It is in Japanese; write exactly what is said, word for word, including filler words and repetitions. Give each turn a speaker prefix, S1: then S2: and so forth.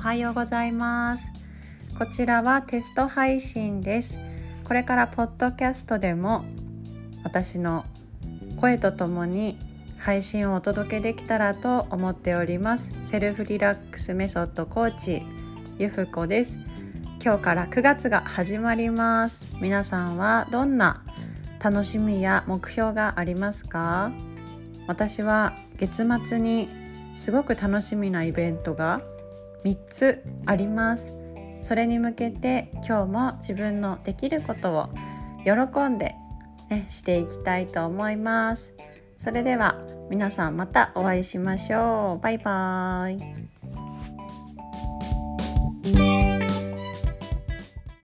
S1: はようございます。こちらはテスト配信です。これからポッドキャストでも私の声とともに配信をお届けできたらと思っております。セルフリラックスメソッドコーチゆふこです。今日からくがつが始まります。皆さんはどんな楽しみや目標がありますか？私は月末にすごく楽しみなイベントがみっつあります。それに向けて今日も自分のできることを喜んで、ね、していきたいと思います。それでは皆さんまたお会いしましょう。バイバイ。